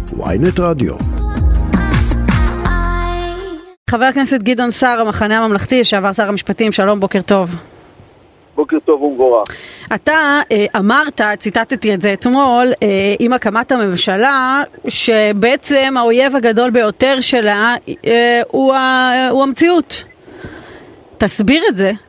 ynet רדיו. חבר הכנסת גדעון סער, המחנה הממלכתי, לשעבר שר המשפטים, שלום, בוקר טוב. בוקר טוב ומבורך. אתה אמרת, ציטטתי את זה אתמול, עם הקמת הממשלה, שבעצם האויב הגדול ביותר שלה הוא המציאות. תסביר את זה.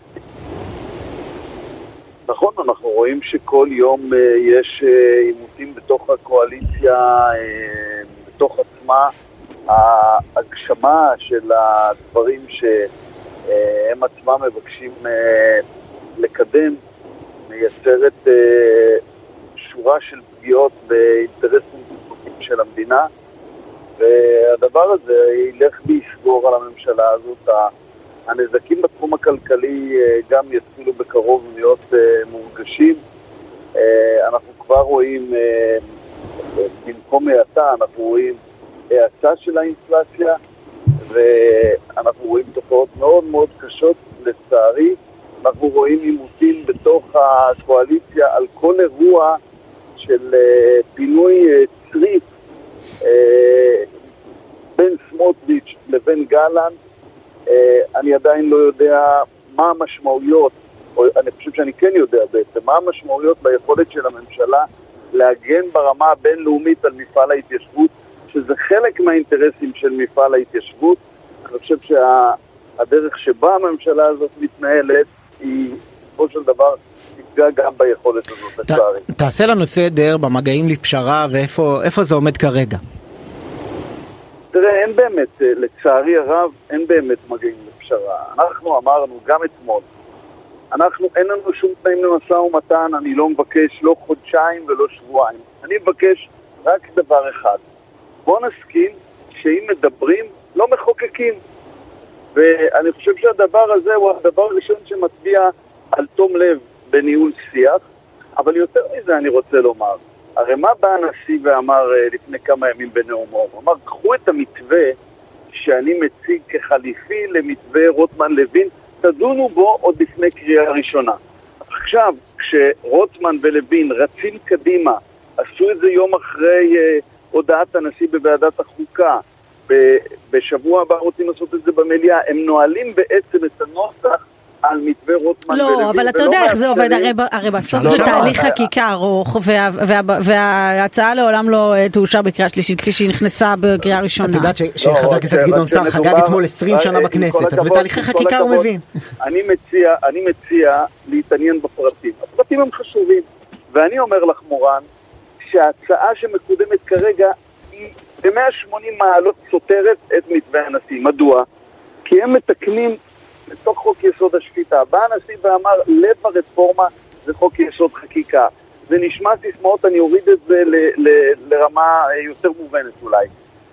נכון, אנחנו רואים שכל יום יש עימותים בתוך הקואליציה, בתוך עצמה. ההגשמה של הדברים שהם עצמם מבקשים לקדם מייצרת שורה של פגיעות באינטרסים של המדינה, והדבר הזה ילך ויסגור על הממשלה הזאת. הנזקים בתחום הכלכלי גם יתחילו בקרוב להיות מורגשים. אנחנו כבר רואים במקום האטה, אנחנו רואים האצה של האינפלציה, ואנחנו רואים תופעות מאוד מאוד קשות לצערי. אנחנו רואים עימותים בתוך הקואליציה על כל אירוע של פינוי צריף בין סמוטריץ' לבין גלנט. אני עדיין לא יודע מה המשמעויות, או אני חושב שאני כן יודע בעצם, מה המשמעויות ביכולת של הממשלה להגן ברמה הבינלאומית על מפעל ההתיישבות, שזה חלק מהאינטרסים של מפעל ההתיישבות. אני חושב שהדרך שבה הממשלה הזאת מתנהלת היא בסופו של דבר תפגע גם ביכולת הזאת, לצערי. תעשה לנו סדר במגעים לפשרה ואיפה זה עומד כרגע. תראה, אין באמת, לצערי הרב, אין באמת מגעים לפשרה. אנחנו אמרנו גם אתמול, אין לנו שום תנאים למשא ומתן, אני לא מבקש לא חודשיים ולא שבועיים. אני מבקש רק דבר אחד. בוא נסכים שאם מדברים, לא מחוקקים. ואני חושב שהדבר הזה הוא הדבר הראשון שמצביע על תום לב בניהול שיח, אבל יותר מזה אני רוצה לומר, הרי מה בא הנשיא ואמר לפני כמה ימים בנאומו? הוא אמר, קחו את המתווה שאני מציג כחליפי למתווה רוטמן לוין, תדונו בו עוד לפני קריאה ראשונה. עכשיו, כשרוטמן ולוין רצים קדימה, עשו את זה יום אחרי הודעת הנשיא בוועדת החוקה, בשבוע הבא רוצים לעשות את זה במליאה, הם נועלים בעצם את הנוסח על מתווה רוטמן ולוין. לא, אבל אתה יודע איך זה עובד, הרי בסוף זה תהליך חקיקה ארוך, וההצעה לעולם לא תאושר בקריאה שלישית, כפי שהיא נכנסה בקריאה ראשונה. את יודעת שחבר הכנסת גדעון סער חגג אתמול 20 שנה בכנסת, אז בתהליכי חקיקה הוא מבין. אני מציע להתעניין בפרטים. הפרטים הם חשובים, ואני אומר לך מורן, שההצעה שמקודמת כרגע היא ב-180 מעלות סותרת את מתווה הנשיא. מדוע? כי הם מתקנים בתוך חוק יסוד השפיטה. בא הנשיא ואמר, לב הרפורמה זה חוק יסוד חקיקה. זה נשמע סיסמאות, אני אוריד את זה לרמה יותר מובנת אולי.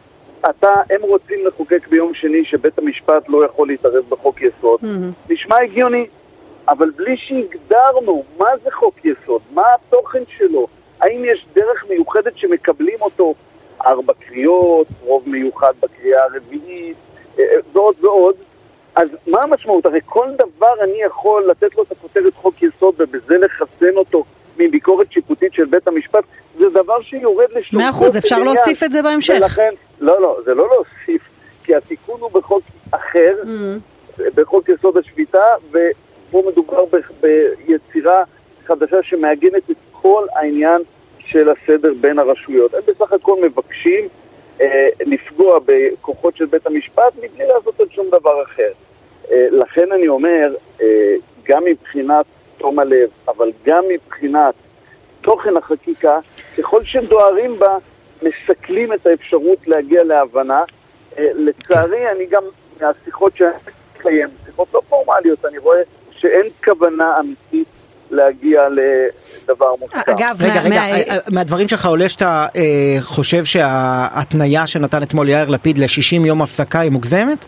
הם רוצים לחוקק ביום שני שבית המשפט לא יכול להתערב בחוק יסוד. נשמע הגיוני, אבל בלי שהגדרנו מה זה חוק יסוד, מה התוכן שלו, האם יש דרך מיוחדת שמקבלים אותו 4 קריאות, רוב מיוחד בקריאה הרביעית, ועוד ועוד. אז מה המשמעות? הרי כל דבר אני יכול לתת לו את הכותרת חוק יסוד ובזה לחסן אותו מביקורת שיפוטית של בית המשפט, זה דבר שיורד לשלוחות. 100%, אפשר להוסיף את זה בהמשך. ולכן, לא, זה לא להוסיף, כי התיקון הוא בחוק אחר, בחוק יסוד השפיטה, ופה מדובר ביצירה חדשה שמעגנת את כל העניין של הסדר בין הרשויות. הם בסך הכל מבקשים לפגוע בכוחות של בית המשפט מבלי לעשות את שום דבר אחר. לכן אני אומר, גם מבחינת תום הלב, אבל גם מבחינת תוכן החקיקה, ככל שדוארים בה, מסכלים את האפשרות להגיע להבנה. לצערי, אני גם מהשיחות שקיים, שיחות לא פורמליות, אני רואה שאין כוונה אמיתית להגיע לדבר מוסכם. רגע, מהדברים שלך עולה שאתה חושב שההתניה שנתן אתמול יאיר לפיד ל-60 יום הפסקה היא מוגזמת?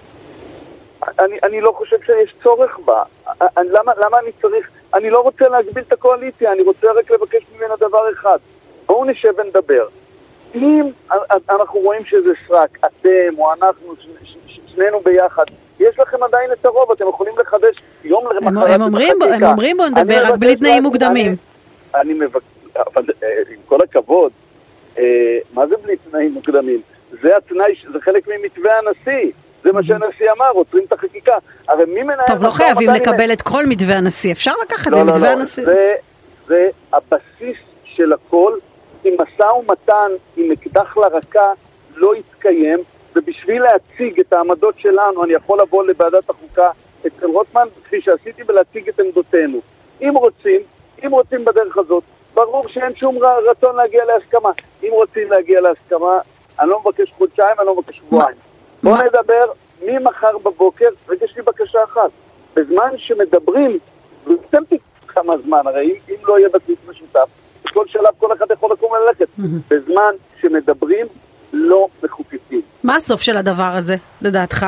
אני לא חושב שיש צורך בה. למה אני צריך? אני לא רוצה להגביל את הקואליציה, אני רוצה רק לבקש ממנה דבר אחד. בואו נשב ונדבר. אם אנחנו רואים שזה סרק, אתם או אנחנו, שנינו ביחד, יש לכם עדיין את הרוב, אתם יכולים לחדש יום למחרת. הם אומרים בוא נדבר רק בלי תנאים מוקדמים. אבל עם כל הכבוד, מה זה בלי תנאים מוקדמים? זה התנאי, זה חלק ממתווה הנשיא. זה מה שהנשיא אמר, עוצרים את החקיקה. הרי מי מנהל... טוב, לא חייבים לקבל את כל מתווה הנשיא. אפשר לקחת במתווה הנשיא. זה הבסיס של הכל. אם משא ומתן, אם אקדח לרקה, לא יתקיים, ובשביל להציג את העמדות שלנו, אני יכול לבוא לוועדת החוקה אצל רוטמן, כפי שעשיתי, ולהציג את עמדותינו. אם רוצים בדרך הזאת, ברור שאין שום רצון להגיע להסכמה. אם רוצים להגיע להסכמה, אני לא מבקש חודשיים, אני לא מבקש שבועיים. בואו נדבר ממחר בבוקר, רגע יש לי בקשה אחת. בזמן שמדברים, ואתם תקחו כמה זמן, הרי אם לא יהיה בסיס משותף, בכל שלב כל אחד יכול לקום ללכת. בזמן שמדברים, לא מחוקקים. מה הסוף של הדבר הזה, לדעתך?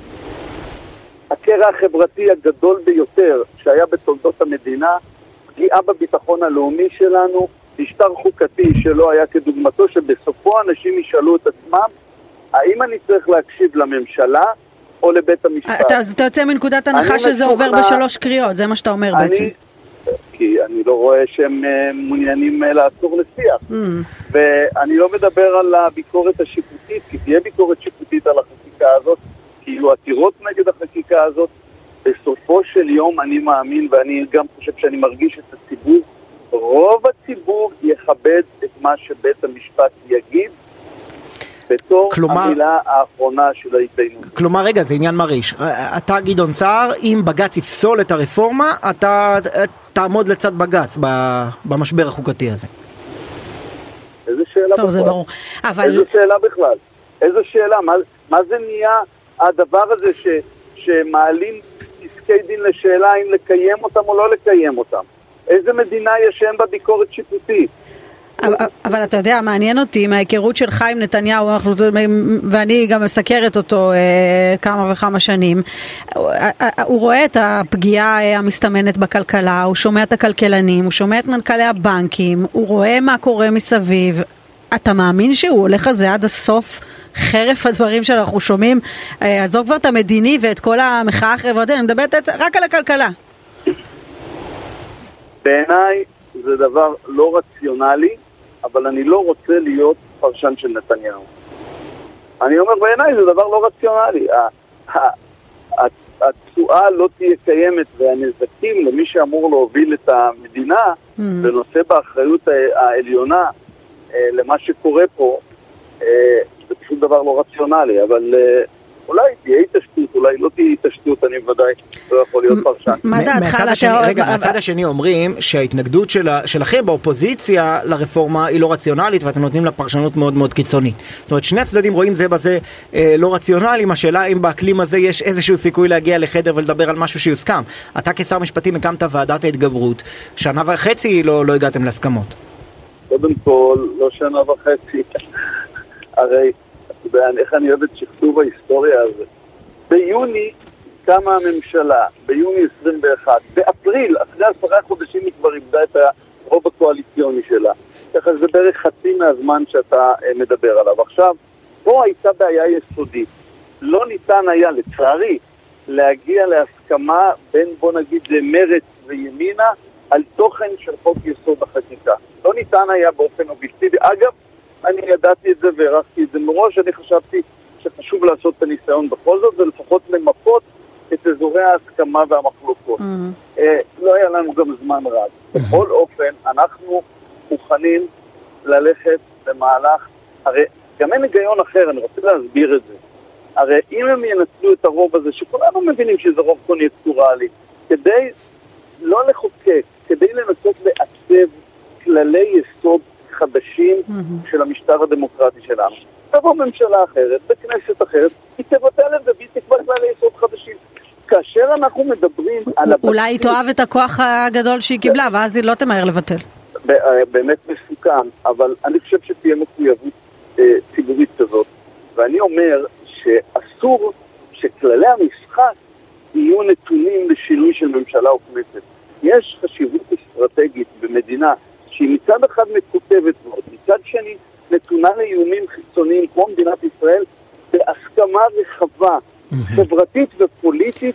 הקרע החברתי הגדול ביותר שהיה בתולדות המדינה, פגיעה בביטחון הלאומי שלנו, משטר חוקתי שלא היה כדוגמתו, שבסופו אנשים ישאלו את עצמם, האם אני צריך להקשיב לממשלה או לבית המשפט? אז אתה יוצא מנקודת הנחה שזה עובר בשלוש קריאות, זה מה שאתה אומר בעצם. כי אני לא רואה שהם מעוניינים לעצור לשיח. ואני לא מדבר על הביקורת השיפוטית, כי תהיה ביקורת שיפוטית על החקיקה הזאת, כי יהיו עתירות נגד החקיקה הזאת. בסופו של יום אני מאמין, ואני גם חושב שאני מרגיש את הציבור, רוב הציבור יכבד את מה שבית המשפט יגיד, בתור המילה האחרונה של ההתדיינות. כלומר, רגע, זה עניין מריש. אתה, גדעון סער, אם בג"ץ יפסול את הרפורמה, אתה תעמוד לצד בג"ץ במשבר החוקתי הזה. איזה שאלה טוב, בכלל? זה ברור. איזה שאלה בכלל? איזה שאלה? מה זה נהיה הדבר הזה שמעלים פסקי דין לשאלה אם לקיים אותם או לא לקיים אותם? איזה מדינה יש שאין בה ביקורת שיפוטית? אבל אתה יודע, מעניין אותי מההיכרות שלך עם נתניהו, ואני גם מסקרת אותו כמה וכמה שנים, הוא רואה את הפגיעה המסתמנת בכלכלה, הוא שומע את הכלכלנים, הוא שומע את מנכ"לי הבנקים, הוא רואה מה קורה מסביב. אתה מאמין שהוא הולך על זה עד הסוף, חרף הדברים שאנחנו שומעים? עזוב כבר את המדיני ואת כל המחאה החברתית, אני מדברת רק על הכלכלה. בעיניי זה דבר לא רציונלי, אבל אני לא רוצה להיות פרשן של נתניהו. אני אומר, בעיניי זה דבר לא רציונלי. התשואה לא תהיה קיימת, והנזקים למי שאמור להוביל את המדינה, ונושא באחריות העליונה למה שקורה פה, זה פשוט דבר לא רציונלי, אבל אולי תהיה התשתות, אולי לא תהיה התשתות, אני ודאי לא יכול להיות פרשן. מה דעתך? מהצד השני אומרים שההתנגדות שלכם באופוזיציה לרפורמה היא לא רציונלית, ואתם נותנים לה פרשנות מאוד מאוד קיצונית. זאת אומרת, שני הצדדים רואים זה בזה לא רציונלי, השאלה אם באקלים הזה יש איזשהו סיכוי להגיע לחדר ולדבר על משהו שיוסכם. אתה כשר משפטים הקמת ועדת ההתגברות, שנה וחצי לא הגעתם להסכמות. קודם כל, לא שנה וחצי. הרי איך אני אוהב את שכתוב ההיסטוריה הזה. ביוני קמה הממשלה, ביוני 21, באפריל, אחרי 10 חודשים היא כבר איבדה את הרוב הקואליציוני שלה. ככה זה בערך חצי מהזמן שאתה מדבר עליו. עכשיו, פה הייתה בעיה יסודית. לא ניתן היה, לצערי, להגיע להסכמה בין, בוא נגיד, מרץ וימינה, על תוכן של חוק יסוד החקיקה. לא ניתן היה באופן אובייקטיבי. אגב, אני ידעתי את זה והערכתי את זה מראש, אני חשבתי שחשוב לעשות את הניסיון בכל זאת, ולפחות למפות את אזורי ההסכמה והמחלוקות. לא היה לנו גם זמן רב. בכל אופן, אנחנו מוכנים ללכת במהלך, הרי גם אין היגיון אחר, אני רוצה להסביר את זה. הרי אם הם ינצלו את הרוב הזה, שכולנו מבינים שזה רוב קוניונקטורלי, כדי לא לחוקק, כדי לנסות לעצב כללי יסוד חדשים של המשטר הדמוקרטי שלנו. תבוא ממשלה אחרת, בכנסת אחרת, היא תבטל את זה והיא תקבע כללי יסוד חדשים. כאשר אנחנו מדברים על... אולי היא תאהב את הכוח הגדול שהיא קיבלה, ואז היא לא תמהר לבטל. באמת מסוכן, אבל אני חושב שתהיה מחויבות ציבורית כזאת. ואני אומר שאסור שכללי המשחק יהיו נתונים לשינוי של ממשלה או כנסת. יש חשיבות אסטרטגית במדינה שהיא מצד אחד מקוטבת מאוד, מצד שני נתונה לאיומים חיצוניים כמו מדינת ישראל, בהסכמה רחבה, חברתית ופוליטית,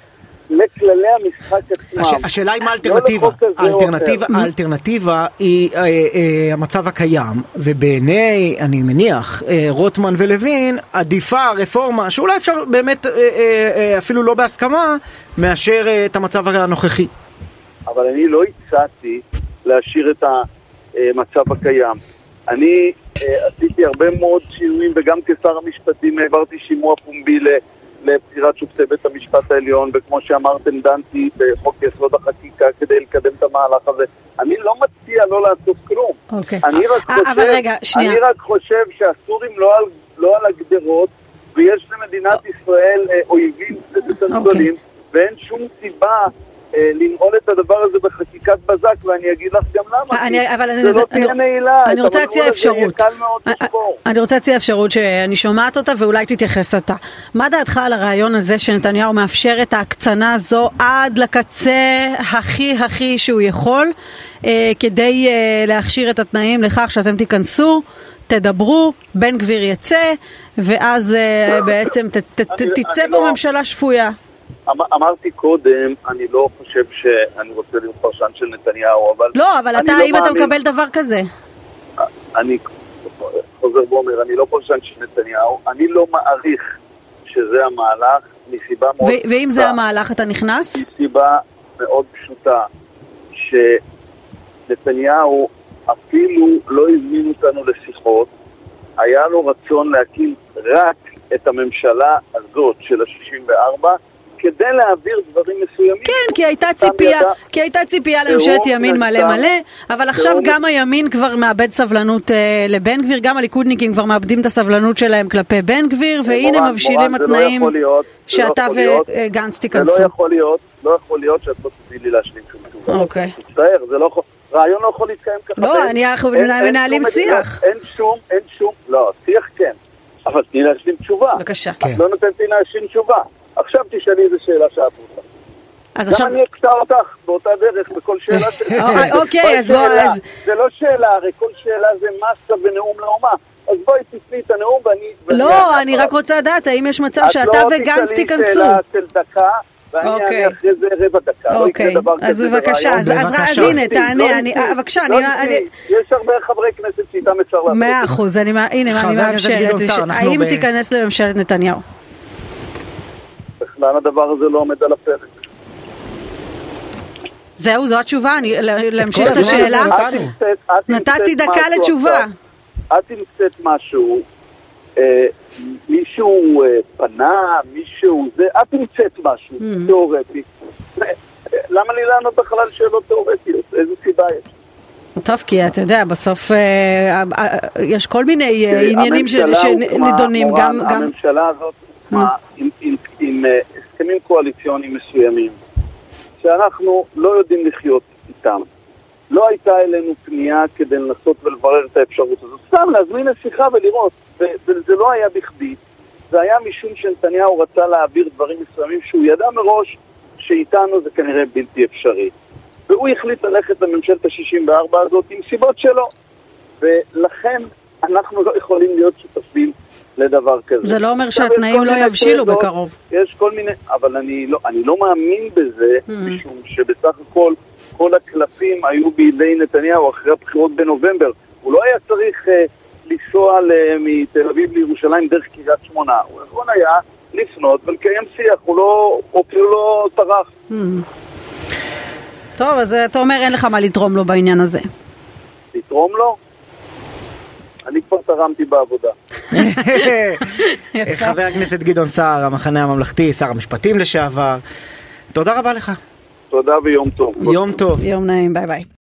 לכללי המשחק עצמם. השאלה היא מה האלטרנטיבה. האלטרנטיבה היא המצב הקיים, ובעיני, אני מניח, רוטמן ולוין, עדיפה רפורמה, שאולי אפשר באמת, אפילו לא בהסכמה, מאשר את המצב הנוכחי. אבל אני לא הצעתי להשאיר את המצב הקיים. אני עשיתי הרבה מאוד שינויים, וגם כשר המשפטים העברתי שימוע פומבי לבחירת שופטי בית המשפט העליון, וכמו שאמרתם, דנתי בחוק יסוד החקיקה כדי לקדם את המהלך הזה. אני לא מציע לא לעשות כלום. אני רק חושב שהסורים לא על הגדרות, ויש למדינת ישראל אויבים גדולים, ואין שום סיבה לנעול את הדבר הזה בחקיקת בזק, ואני אגיד לך גם למה. זה לא תהיה נעילה. אני רוצה להציע אפשרות. אני רוצה להציע אפשרות שאני שומעת אותה ואולי תתייחס אותה. מה דעתך על הרעיון הזה שנתניהו מאפשר את ההקצנה הזו עד לקצה הכי שהוא יכול, כדי להכשיר את התנאים לכך שאתם תיכנסו, תדברו, בן גביר יצא, ואז בעצם תצא בממשלה שפויה. אמרתי קודם, אני לא חושב שאני רוצה להיות פרשן של נתניהו, אבל... לא, אבל אתה, אם אתה מקבל דבר כזה. אני חוזר ואומר, אני לא פרשן של נתניהו, אני לא מעריך שזה המהלך, מסיבה מאוד פשוטה. ואם זה המהלך, אתה נכנס? מסיבה מאוד פשוטה, שנתניהו אפילו לא הזמין אותנו לשיחות, היה לו רצון להקים רק את הממשלה הזאת של ה-64, כדי להעביר דברים מסוימים. כן, כי הייתה ציפייה לממשלת ימין מלא, אבל עכשיו גם הימין כבר מאבד סבלנות לבן גביר, גם הליכודניקים כבר מאבדים את הסבלנות שלהם כלפי בן גביר, והנה מבשילים התנאים שאתה וגנץ תיכנסו. לא יכול להיות שאת לא תתני לי להשלים שום תשובה. אוקיי. תצטער, רעיון לא יכול להתקיים ככה. לא, אנחנו מנהלים שיח. אין שום, לא, שיח כן, אבל תני להשלים תשובה. בבקשה. את לא נותנת לי להשלים תשובה. עכשיו תשאלי איזה שאלה שאת רוצה. גם אני אקטע אותך באותה דרך בכל שאלה שלך. אוקיי, אז זה לא שאלה, הרי כל שאלה זה מסה ונאום לאומה. אז בואי תפני את הנאום ואני... לא, אני רק רוצה לדעת, האם יש מצב שאתה וגנץ תיכנסו? את לא תשאלי שאלה של דקה, ואני אענה אחרי זה רבע דקה. אוקיי, אז בבקשה, אז הנה, תענה, בבקשה, יש הרבה חברי כנסת שאיתם אפשר לעשות. 100%, הנה, אני מאפשרת. האם תיכנס לממשלת נתניהו? בכלל הדבר הזה לא עומד על הפרק. זהו, זו התשובה, להמשיך את השאלה. נתתי דקה לתשובה. את תמצאת משהו, מישהו פנה, מישהו זה, את תמצאת משהו תיאורטי. למה לי לענות בכלל שאלות תיאורטיות? איזה סיבה יש? טוב, כי אתה יודע, בסוף יש כל מיני עניינים שנדונים. הממשלה הזאת עם הסכמים קואליציוניים מסוימים, שאנחנו לא יודעים לחיות איתם. לא הייתה אלינו פנייה כדי לנסות ולברר את האפשרות הזאת. סתם להזמין לשיחה ולראות, וזה לא היה בכדי. זה היה משום שנתניהו רצה להעביר דברים מסוימים שהוא ידע מראש שאיתנו זה כנראה בלתי אפשרי. והוא החליט ללכת לממשלת ה-64 הזאת עם סיבות שלו. ולכן אנחנו לא יכולים להיות שותפים לדבר כזה. זה לא אומר שהתנאים לא יבשילו בקרוב. יש כל מיני, אבל אני לא מאמין בזה, משום שבסך הכל כל הקלפים היו בידי נתניהו אחרי הבחירות בנובמבר. הוא לא היה צריך לנסוע מתל אביב לירושלים דרך קריית שמונה. הוא יכול היה לפנות ולקיים שיח, הוא אפילו לא טרח. טוב, אז אתה אומר אין לך מה לתרום לו בעניין הזה. לתרום לו? אני כבר תרמתי בעבודה. חבר הכנסת גדעון סער, המחנה הממלכתי, שר המשפטים לשעבר. תודה רבה לך. תודה ויום טוב. יום טוב. יום נעים, ביי ביי.